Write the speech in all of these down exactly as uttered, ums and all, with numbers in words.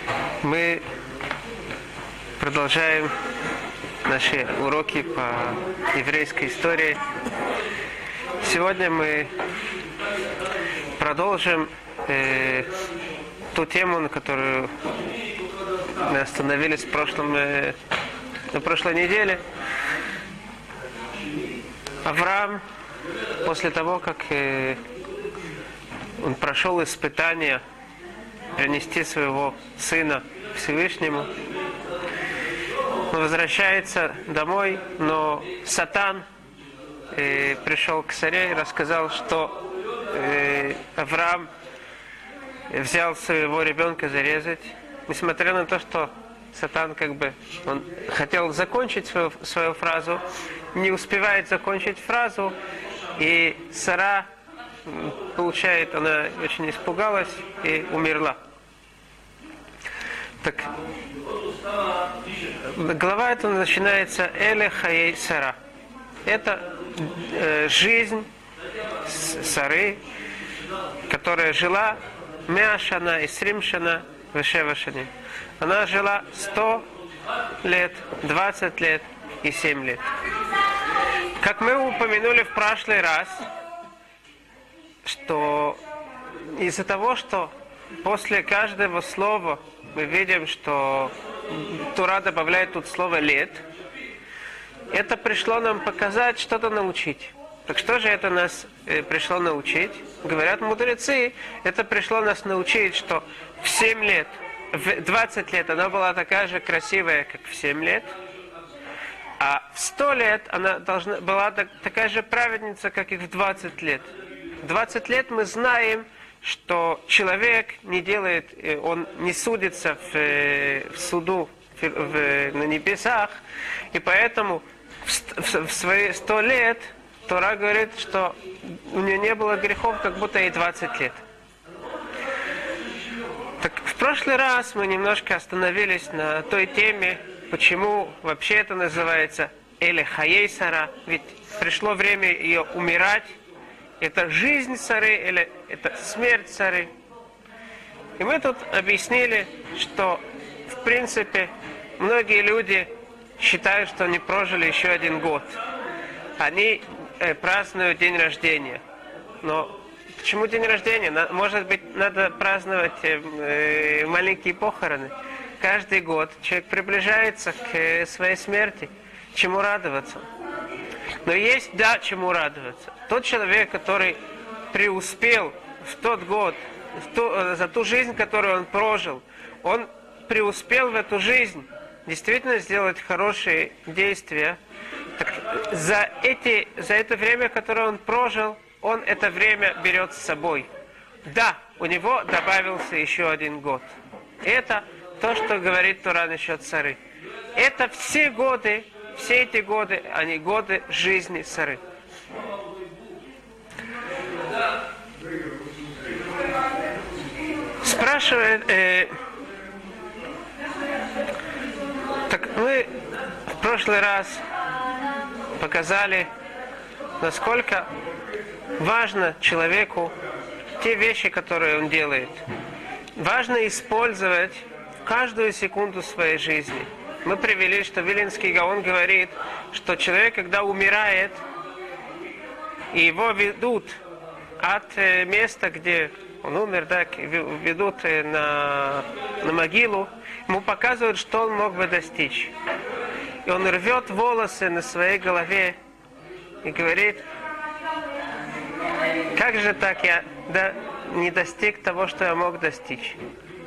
Мы продолжаем наши уроки по еврейской истории. Сегодня мы продолжим э, ту тему, на которую мы остановились в прошлом, э, на прошлой неделе. Авраам, после того, как э, он прошел испытание принести своего сына Всевышнему, он возвращается домой, но Сатан э, пришел к царе и рассказал, что э, Авраам взял своего ребенка зарезать, несмотря на то, что Сатан как бы он хотел закончить свою, свою фразу, не успевает закончить фразу, и Сара получает, она очень испугалась и умерла. Так, глава эта начинается Эле Хаей Сара. Это э, жизнь Сары, которая жила Мяшана и Сримшана Вешевашани. Она жила сто лет, двадцать лет и семь лет. Как мы упомянули в прошлый раз, что из-за того, что после каждого слова мы видим, что Тора добавляет тут слово «лет», это пришло нам показать, что-то научить. Так что же это нас э, пришло научить? Говорят мудрецы, это пришло нас научить, что в семь лет, в двадцать лет она была такая же красивая, как в семь лет, а в сто лет она должна, была так, такая же праведница, как и в двадцать лет. В двадцать лет мы знаем, что человек не делает, он не судится в, в суду в, в, на небесах, и поэтому в, в, в свои сто лет Тора говорит, что у нее не было грехов, как будто ей двадцать лет. Так в прошлый раз мы немножко остановились на той теме, почему вообще это называется Эле Хаей Сара, ведь пришло время ее умирать. Это жизнь Сары или это смерть Сары. И мы тут объяснили, что в принципе многие люди считают, что они прожили еще один год. Они э, празднуют день рождения. Но почему день рождения? На, может быть, надо праздновать э, э, маленькие похороны. Каждый год человек приближается к э, своей смерти. Чему радоваться? Но есть, да, чему радоваться. Тот человек, который преуспел в тот год, в ту, за ту жизнь, которую он прожил, он преуспел в эту жизнь, действительно сделать хорошие действия. Так за, эти, за это время, которое он прожил, он это время берет с собой. Да, у него добавился еще один год. Это то, что говорит Тора насчет Сары. Это все годы, все эти годы, они годы жизни Сары. Спрашивает, э, так мы в прошлый раз показали, насколько важно человеку те вещи, которые он делает. Важно использовать каждую секунду своей жизни. Мы привели, что Вилинский Гаон говорит, что человек, когда умирает, и его ведут от места, где он умер, да, ведут на, на могилу, ему показывают, что он мог бы достичь. И он рвет волосы на своей голове и говорит: как же так я да, не достиг того, что я мог достичь?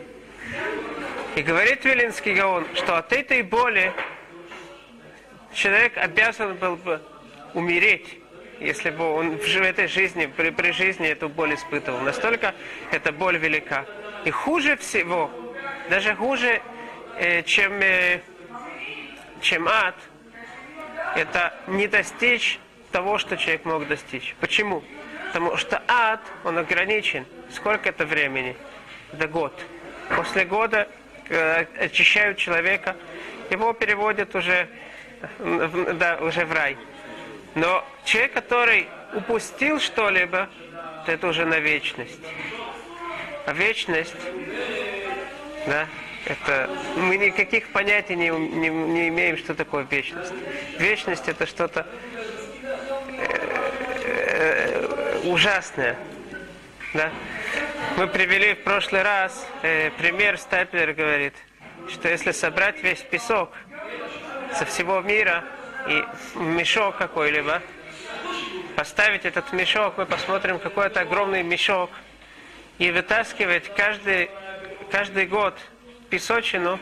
И говорит Вилинский Гаон, что от этой боли человек обязан был бы умереть, если бы он в этой жизни, при, при жизни эту боль испытывал. Настолько эта боль велика. И хуже всего, даже хуже, э, чем, э, чем ад, это не достичь того, что человек мог достичь. Почему? Потому что ад, он ограничен. Сколько это времени? Это год. После года э, очищают человека, его переводят уже, да, уже в рай. Но человек, который упустил что-либо, то это уже на вечность. А вечность, да, Это, мы никаких понятий не, не, не имеем, что такое вечность. Вечность это что-то э, ужасное. Да? Мы привели в прошлый раз э, пример, Стайплер говорит, что если собрать весь песок со всего мира и в мешок какой-либо, поставить этот мешок, мы посмотрим какой-то огромный мешок, и вытаскивать каждый, каждый год песочину,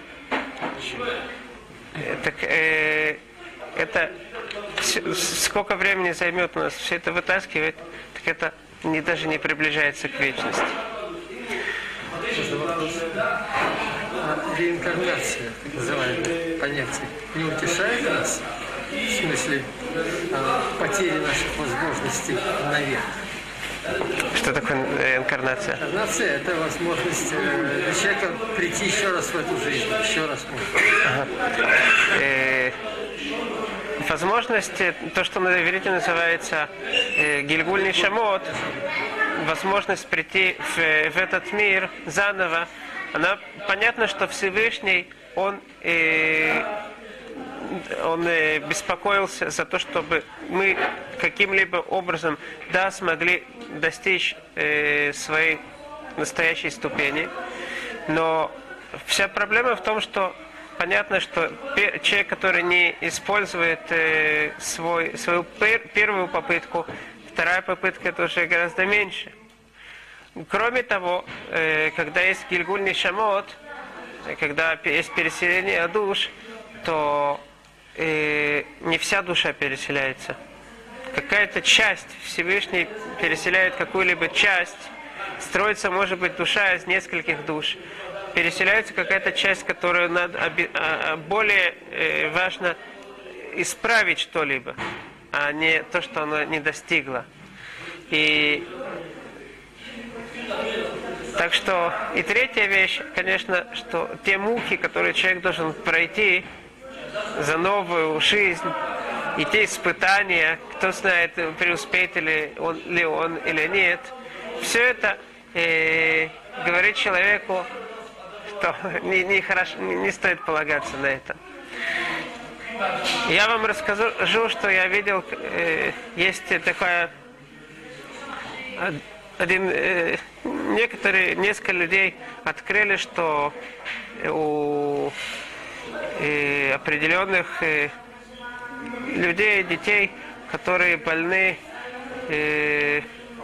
так, э, это все, сколько времени займет у нас все это вытаскивать, так это не, даже не приближается к вечности. Реинкарнация, так называемое понятие, не утешает нас, в смысле потери наших возможностей наверх. Что такое реинкарнация? Реинкарнация – это возможность для человека прийти еще раз в эту жизнь, еще раз. Ага. Э, возможность, то, что на иврите называется э, Гильгуль Нишамот, возможность прийти в, в этот мир заново, она понятно, что Всевышний, он, э, он э, беспокоился за то, чтобы мы каким-либо образом да, смогли достичь э, своей настоящей ступени. Но вся проблема в том, что понятно, что человек, который не использует э, свой, свою пер, первую попытку, вторая попытка это уже гораздо меньше. Кроме того, э, когда есть Гильгуль Нишамот, когда есть переселение душ, то э, не вся душа переселяется. Какая-то часть, Всевышний переселяет какую-либо часть, строится, может быть, душа из нескольких душ. Переселяется какая-то часть, которую надо более э, важно исправить что-либо, а не то, что оно не достигло. И так что, и третья вещь, конечно, что те муки, которые человек должен пройти за новую жизнь, и те испытания, кто знает, преуспеет ли он, ли он или нет, все это э, говорит человеку, что не, не, хорошо, не, не стоит полагаться на это. Я вам расскажу, что я видел, э, есть такая один, э, некоторые, несколько людей открыли, что у э, определенных э, людей, детей, которые больны, э,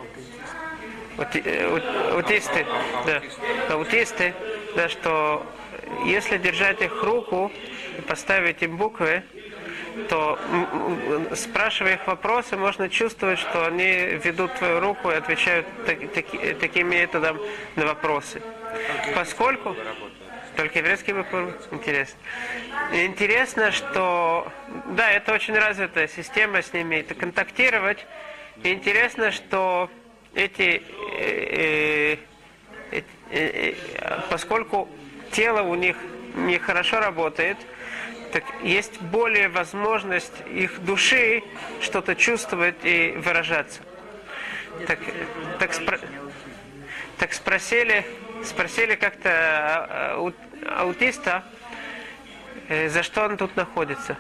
аутисты, да, аутисты, да, что если держать их руку и поставить им буквы, то, спрашивая их вопросы, можно чувствовать, что они ведут твою руку и отвечают так, так, таким методом на вопросы. Поскольку... Только еврейский буквы? Интересно. Интересно, что... Да, это очень развитая система с ними, это контактировать. И интересно, что эти... Э, э, э, э, поскольку тело у них нехорошо работает, так есть более возможность их души что-то чувствовать и выражаться. Так, так, спро... так спросили, спросили как-то аутиста, за что он тут находится.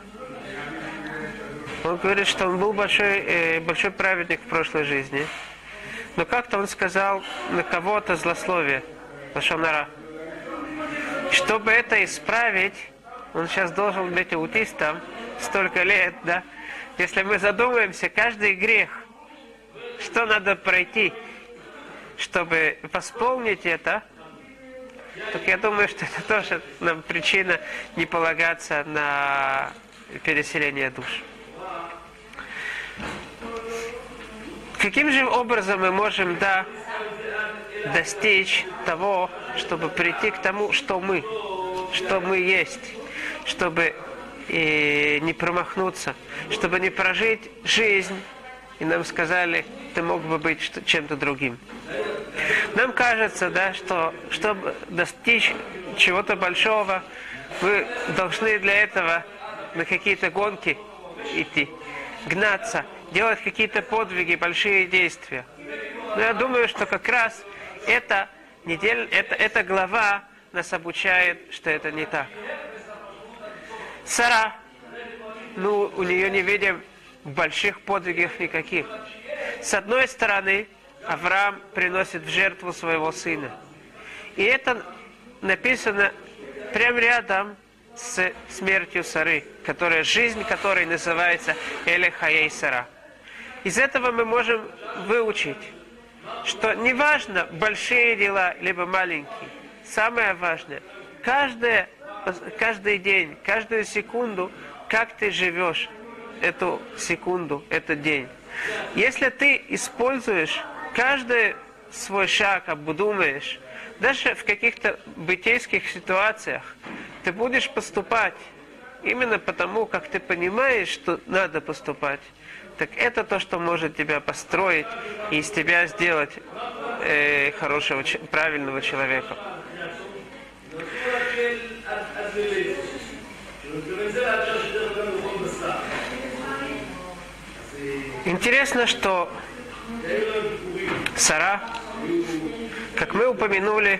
Он говорит, что он был большой, большой праведник в прошлой жизни. Но как-то он сказал на кого-то злословие, лашон ара. Чтобы это исправить, он сейчас должен быть аутистом столько лет, да? Если мы задумаемся, каждый грех, что надо пройти, чтобы восполнить это, так я думаю, что это тоже нам причина не полагаться на переселение душ. Каким же образом мы можем, да, достичь того, чтобы прийти к тому, что мы, что мы есть, чтобы э, не промахнуться, чтобы не прожить жизнь, и нам сказали, ты мог бы быть чем-то другим. Нам кажется, да, что чтобы достичь чего-то большого, вы должны для этого на какие-то гонки идти, гнаться, делать какие-то подвиги, большие действия. Но я думаю, что как раз эта неделя, эта, эта глава нас обучает, что это не так. Сара, ну, у нее не видим больших подвигов никаких. С одной стороны, Авраам приносит в жертву своего сына. И это написано прямо рядом с смертью Сары, которая, жизнь которой называется Эле Хаей Сара. Из этого мы можем выучить, что неважно, большие дела, либо маленькие, самое важное, каждое, каждый день, каждую секунду, как ты живешь эту секунду, этот день. Если ты используешь каждый свой шаг, обдумаешь, даже в каких-то бытийских ситуациях, ты будешь поступать именно потому, как ты понимаешь, что надо поступать, так это то, что может тебя построить и из тебя сделать э, хорошего, правильного человека. Интересно, что Сара, как мы упомянули,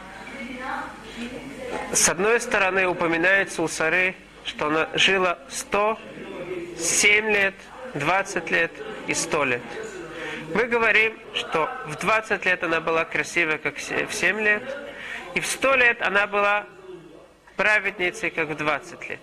с одной стороны упоминается у Сары, что она жила сто семь лет, двадцать лет и сто лет. Мы говорим, что в двадцать лет она была красивая, как в семь лет, и в сто лет она была праведницей, как в двадцать лет.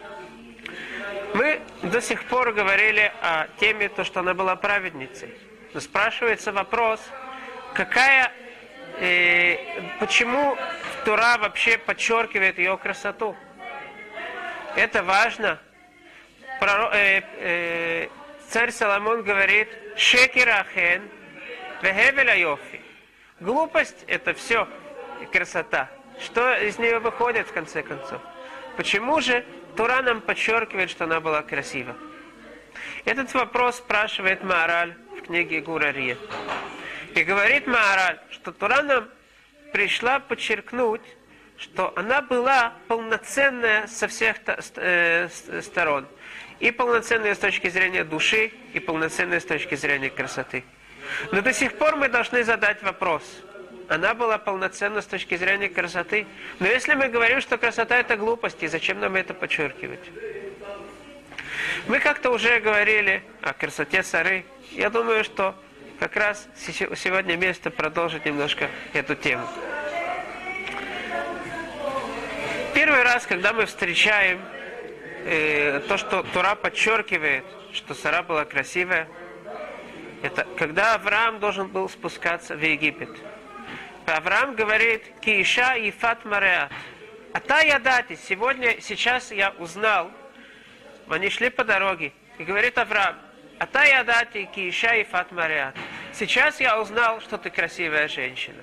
Мы до сих пор говорили о теме, то, что она была праведницей. Но спрашивается вопрос, какая, э, почему Тора вообще подчеркивает ее красоту? Это важно. Про, э, э, царь Соломон говорит, «Шекер ахен, вехевель айофи». Глупость – это все красота. Что из нее выходит в конце концов? Почему же Тора нам подчеркивает, что она была красива? Этот вопрос спрашивает Маораль в книге Гур Арье. И говорит Маораль, что Тора нам пришла подчеркнуть, что она была полноценная со всех э, сторон. И полноценная с точки зрения души, и полноценная с точки зрения красоты. Но до сих пор мы должны задать вопрос. Она была полноценна с точки зрения красоты. Но если мы говорим, что красота это глупость, и зачем нам это подчеркивать? Мы как-то уже говорили о красоте Сары. Я думаю, что как раз сегодня место продолжить немножко эту тему. Первый раз, когда мы встречаем э, то, что Тора подчеркивает, что Сара была красивая, это когда Авраам должен был спускаться в Египет. Авраам говорит, «Кииша и фат мареат». А та ядати, сегодня, сейчас я узнал, они шли по дороге, и говорит Авраам, «А та ядати, кииша и фат мареат». Сейчас я узнал, что ты красивая женщина.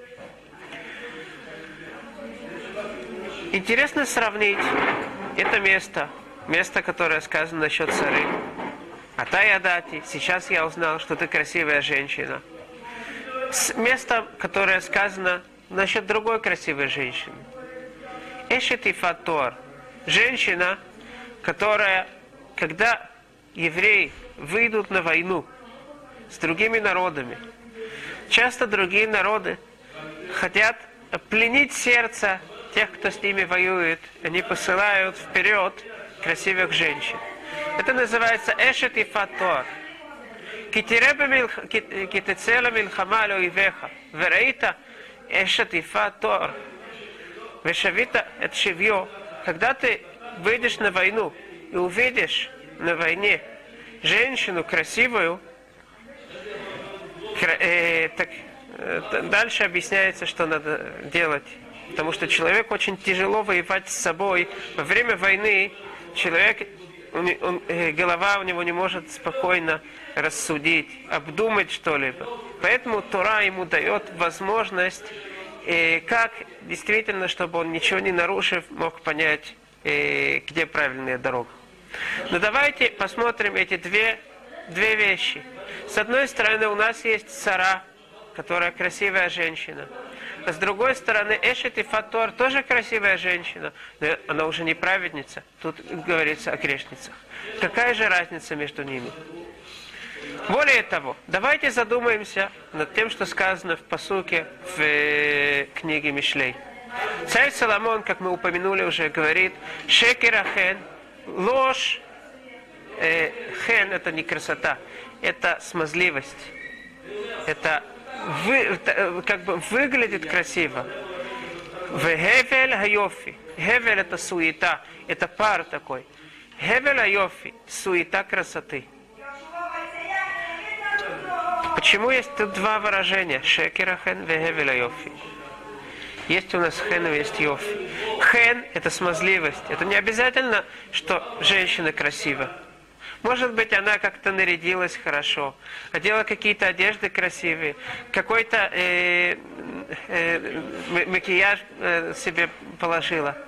Интересно сравнить это место, место, которое сказано насчет Сары. «А та ядати, сейчас я узнал, что ты красивая женщина», с местом, которое сказано насчет другой красивой женщины. Эшет и фатор. Женщина, которая, когда евреи выйдут на войну с другими народами, часто другие народы хотят пленить сердце тех, кто с ними воюет. Они посылают вперед красивых женщин. Это называется эшет и фатор. Китецела милхама лоивеха, вераита эшет и фатор, вешавита эт шивьё. Когда ты выйдешь на войну и увидишь на войне женщину красивую, э, так э, дальше объясняется, что надо делать. Потому что человеку очень тяжело воевать с собой. Во время войны человек, он, он, э, голова у него не может спокойно рассудить, обдумать что-либо. Поэтому Тора ему дает возможность, э, как действительно, чтобы он, ничего не нарушив, мог понять, э, где правильная дорога. Но давайте посмотрим эти две, две вещи. С одной стороны, у нас есть Сара, которая красивая женщина. А с другой стороны, Эшет и Фатор тоже красивая женщина, но она уже не праведница. Тут говорится о грешницах. Какая же разница между ними? Более того, давайте задумаемся над тем, что сказано в пасуке в э, книге Мишлей. Царь Соломон, как мы упомянули уже, говорит, шекера хен, ложь, э, хен это не красота, это смазливость. Это, вы, это как бы выглядит красиво. Вегевель хайофи. Гевель это суета, это пар такой. Гевель хайофи, суета красоты. Почему есть тут два выражения? Шекера хен, вегевель хайофи. Есть у нас хен, и есть йофи. Хен это смазливость. Это не обязательно, что женщина красива. Может быть, она как-то нарядилась хорошо, одела какие-то одежды красивые, какой-то э, э, макияж э, себе положила.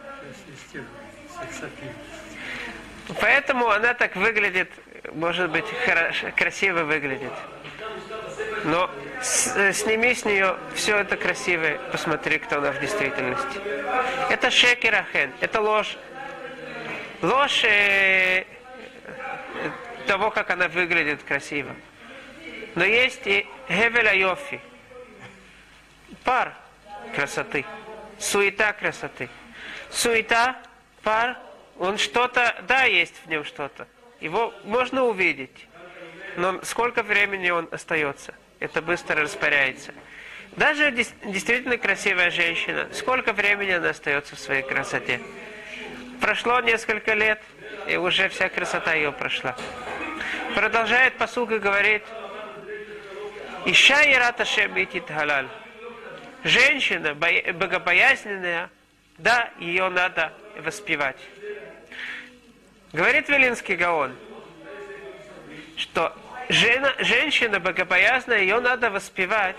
Поэтому она так выглядит, может быть, хорошо, красиво выглядит. Но с, сними с нее все это красивое, посмотри, кто она в действительности. Это шекерахен, это ложь. Ложь э, того, как она выглядит красиво. Но есть и гевеля йофи, пар красоты, суета красоты. Суета, пар, он что-то, да, есть в нем что-то. Его можно увидеть, но сколько времени он остается? Это быстро распаряется. Даже действительно красивая женщина, сколько времени она остается в своей красоте? Прошло несколько лет, и уже вся красота ее прошла. Продолжает пасук и говорит, «Иша ярат Ашем итит халаль». Женщина богобоязненная, да, ее надо воспевать. Говорит Вилинский Гаон, что жена, женщина богобоязная, ее надо воспевать.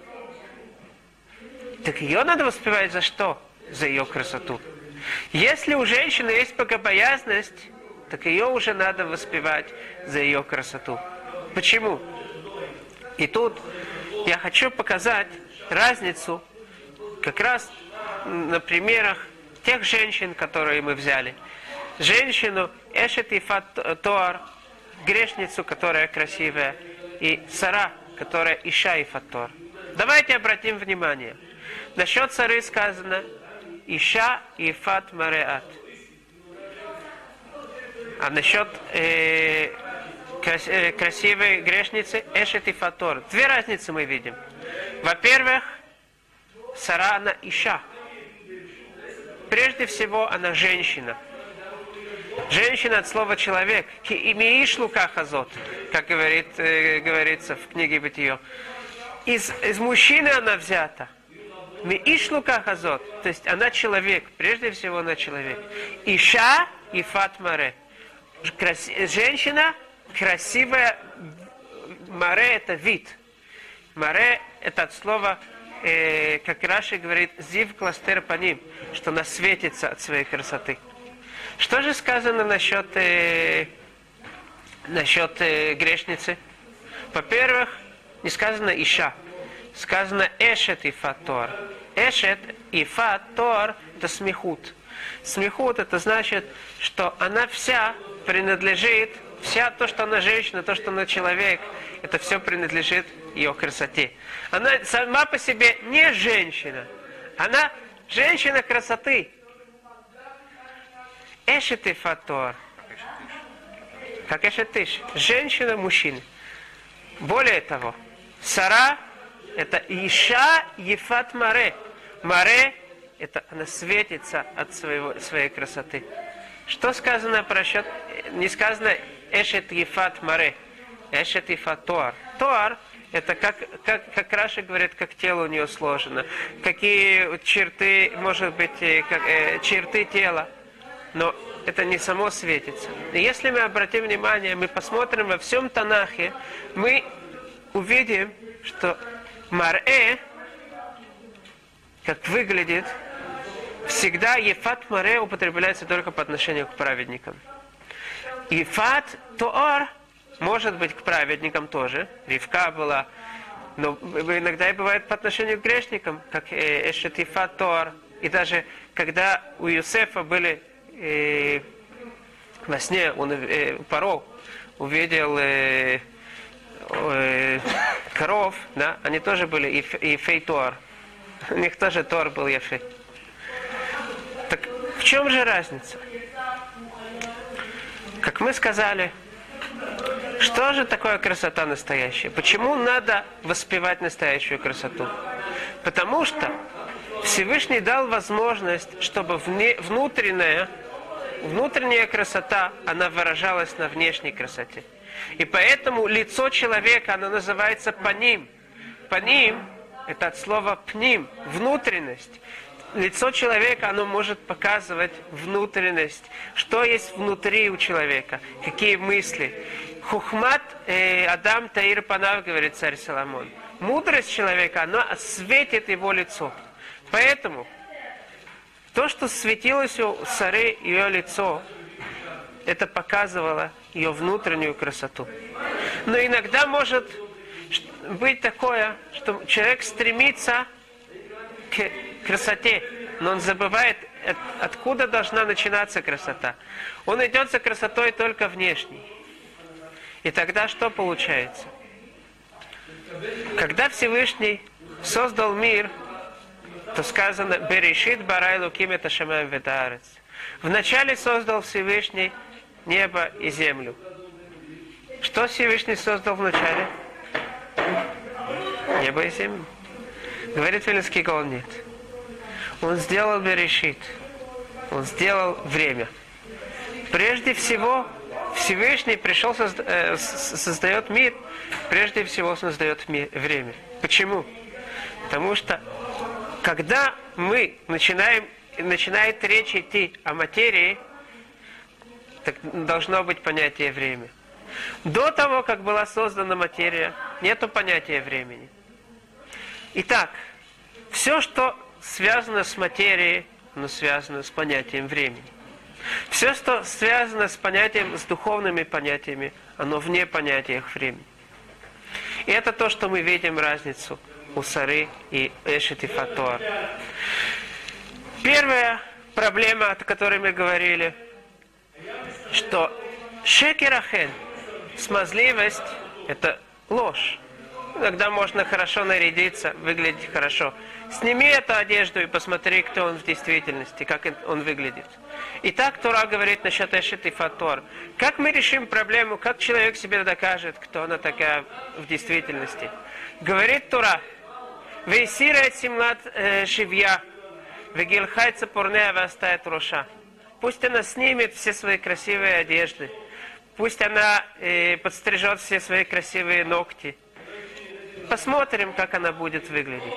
Так ее надо воспевать за что? За ее красоту. Если у женщины есть богобоязность, так ее уже надо воспевать за ее красоту. Почему? И тут я хочу показать разницу как раз на примерах тех женщин, которые мы взяли. Женщину Эшет и Фат Тоар, грешницу, которая красивая, и Сара, которая Иша и Фат Тоар. Давайте обратим внимание. Насчет Сары сказано Иша и Фат Мареат. А насчет э, крас, э, красивой грешницы Эшет и Фат Тоар. Две разницы мы видим. Во-первых, Сара она Иша. Прежде всего, она женщина. Женщина от слова человек. Киимииш лука хазот, как говорит, э, говорится в книге Бытие. Из, из мужчины она взята. Мииш лука хазот, то есть она человек. Прежде всего она человек. Иша и Фат Маре. Крас... Женщина красивая. Маре это вид. Маре это от слова, э, как Раши говорит, зив кластер паним, что она светится от своей красоты. Что же сказано насчет, э, насчет э, грешницы? Во-первых, не сказано Иша, сказано Эшет и Фат Тоар. Эшет и Фат Тоар это смехут. Смехут это значит, что она вся принадлежит, вся то, что она женщина, то, что она человек, это все принадлежит ее красоте. Она сама по себе не женщина, она женщина красоты. Эшет и Фат Тоар. Как Эшет Иш. Женщина, мужчина. Более того, Сара это Иша Ефат Маре. Маре это она светится от своего, своей красоты. Что сказано про счет? Не сказано Эшет Ефат Маре. Эшет Ефат Тоар. Тоар это как, как, как Раши говорит, как тело у нее сложено. Какие черты, может быть, как, э, черты тела. Но это не само светится. И если мы обратим внимание, мы посмотрим во всем Танахе, мы увидим, что Маре, как выглядит, всегда Ефат Маре употребляется только по отношению к праведникам. Ефат Тоар может быть к праведникам тоже. Ривка была, но иногда и бывает по отношению к грешникам, как Эшет Ефат Тоар. И даже когда у Юсефа были э, во сне, он э, Паро увидел э, э, коров, да, они тоже были Ефей Тоар. У них тоже Тор был Ефей. В чем же разница? Как мы сказали, что же такое красота настоящая? Почему надо воспевать настоящую красоту? Потому что Всевышний дал возможность, чтобы вне, внутренняя, внутренняя красота, она выражалась на внешней красоте. И поэтому лицо человека, оно называется паним. Паним – это от слова пним, внутренность. Лицо человека, оно может показывать внутренность, что есть внутри у человека, какие мысли. Хухмат э, Адам Таир Панав, говорит царь Соломон. Мудрость человека, она осветит его лицо. Поэтому то, что светилось у Сары, ее лицо, это показывало ее внутреннюю красоту. Но иногда может быть такое, что человек стремится к красоте, но он забывает, откуда должна начинаться красота. Он идет за красотой только внешней. И тогда что получается? Когда Всевышний создал мир, то сказано «Берешит барай луким это шамаем ветаарец». Вначале создал Всевышний небо и землю. Что Всевышний создал вначале? Небо и землю. Говорит Вилинский Гаон, нет. Он сделал Берешит. Он сделал время. Прежде всего, Всевышний пришел, создает мир, прежде всего создает время. Почему? Потому что, когда мы начинаем, начинает речь идти о материи, так должно быть понятие время. До того, как была создана материя, нету понятия времени. Итак, все, что связано с материей, оно связано с понятием времени. Все, что связано с понятием, с духовными понятиями, оно вне понятия времени. И это то, что мы видим разницу у Сары и Эшет и Фатор. Первая проблема, о которой мы говорили, что шекерахен, смазливость, это ложь. Иногда можно хорошо нарядиться, выглядеть хорошо. Сними эту одежду и посмотри, кто он в действительности, как он выглядит. Итак, Тора говорит насчет Эшет и Фатор. Как мы решим проблему, как человек себе докажет, кто она такая в действительности? Говорит Тора: «Вейсира эт симлат шивья, вегилхай цапурнея вастает роша». Пусть она снимет все свои красивые одежды. Пусть она э, подстрижет все свои красивые ногти. Посмотрим, как она будет выглядеть.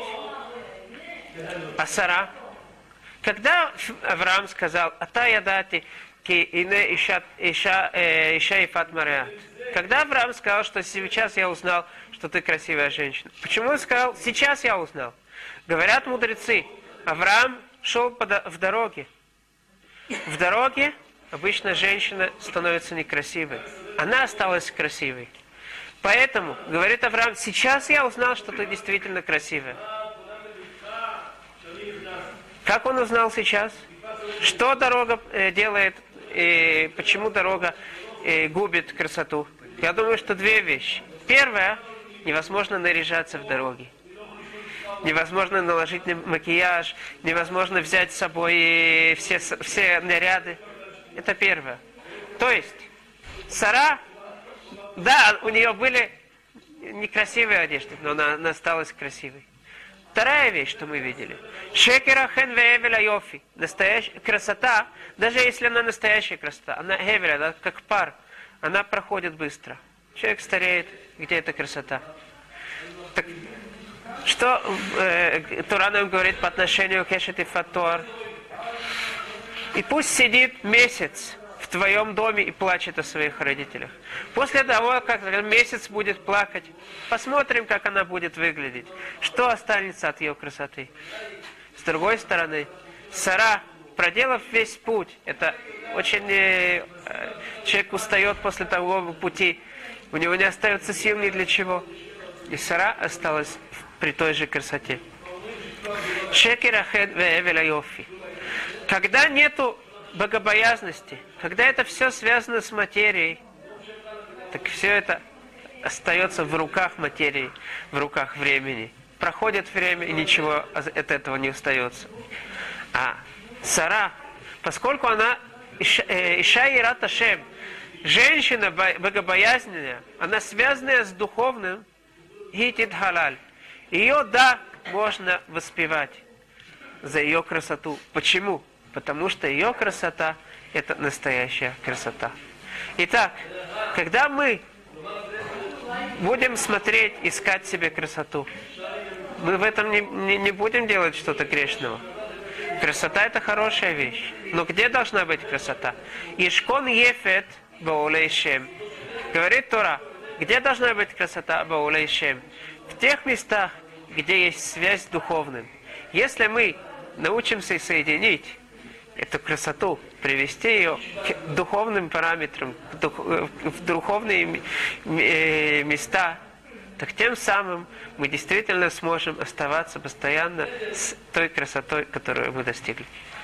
А Сара? Когда Авраам сказал «Ата ядати ки ине иша ифат мареат», когда Авраам сказал, что сейчас я узнал, что ты красивая женщина. Почему он сказал «сейчас я узнал»? Говорят мудрецы, Авраам шел в дороге. В дороге обычно женщина становится некрасивой. Она осталась красивой. Поэтому, говорит Авраам, сейчас я узнал, что ты действительно красивая. Как он узнал сейчас? Что дорога э, делает, э, почему дорога э, губит красоту? Я думаю, что две вещи. Первое, невозможно наряжаться в дороге. Невозможно наложить макияж, невозможно взять с собой все, все наряды. Это первое. То есть, Сара, да, у нее были некрасивые одежды, но она, она осталась красивой. Вторая вещь, что мы видели. Шекера хен веевеля йофи. Настоящая красота, даже если она настоящая красота, она эвеля, она как пар, она проходит быстро. Человек стареет, где эта красота? Так, что э, Тора нам говорит по отношению к Эшет и Фатор? И пусть сидит месяц в твоем доме и плачет о своих родителях. После того, как месяц будет плакать, посмотрим, как она будет выглядеть. Что останется от ее красоты. С другой стороны, Сара, проделав весь путь, это очень... Э, человек устает после того пути, у него не остается сил ни для чего. И Сара осталась при той же красоте. Шекер ахед веевеля йофи. Когда нету богобоязности, когда это все связано с материей, так все это остается в руках материи, в руках времени. Проходит время, и ничего от этого не остается. А Сара, поскольку она Иша Ират Ашем, женщина богобоязненная, она связанная с духовным, Гитит Халаль. Ее, да, можно воспевать за ее красоту. Почему? Потому что ее красота – это настоящая красота. Итак, когда мы будем смотреть, искать себе красоту, мы в этом не, не, не будем делать что-то грешного. Красота – это хорошая вещь. Но где должна быть красота? Ишкон ефет баулей шем. Говорит Тора, где должна быть красота баулей шем? В тех местах, где есть связь с духовным. Если мы научимся соединить эту красоту, привести ее к духовным параметрам, в духовные места, так тем самым мы действительно сможем оставаться постоянно с той красотой, которую мы достигли.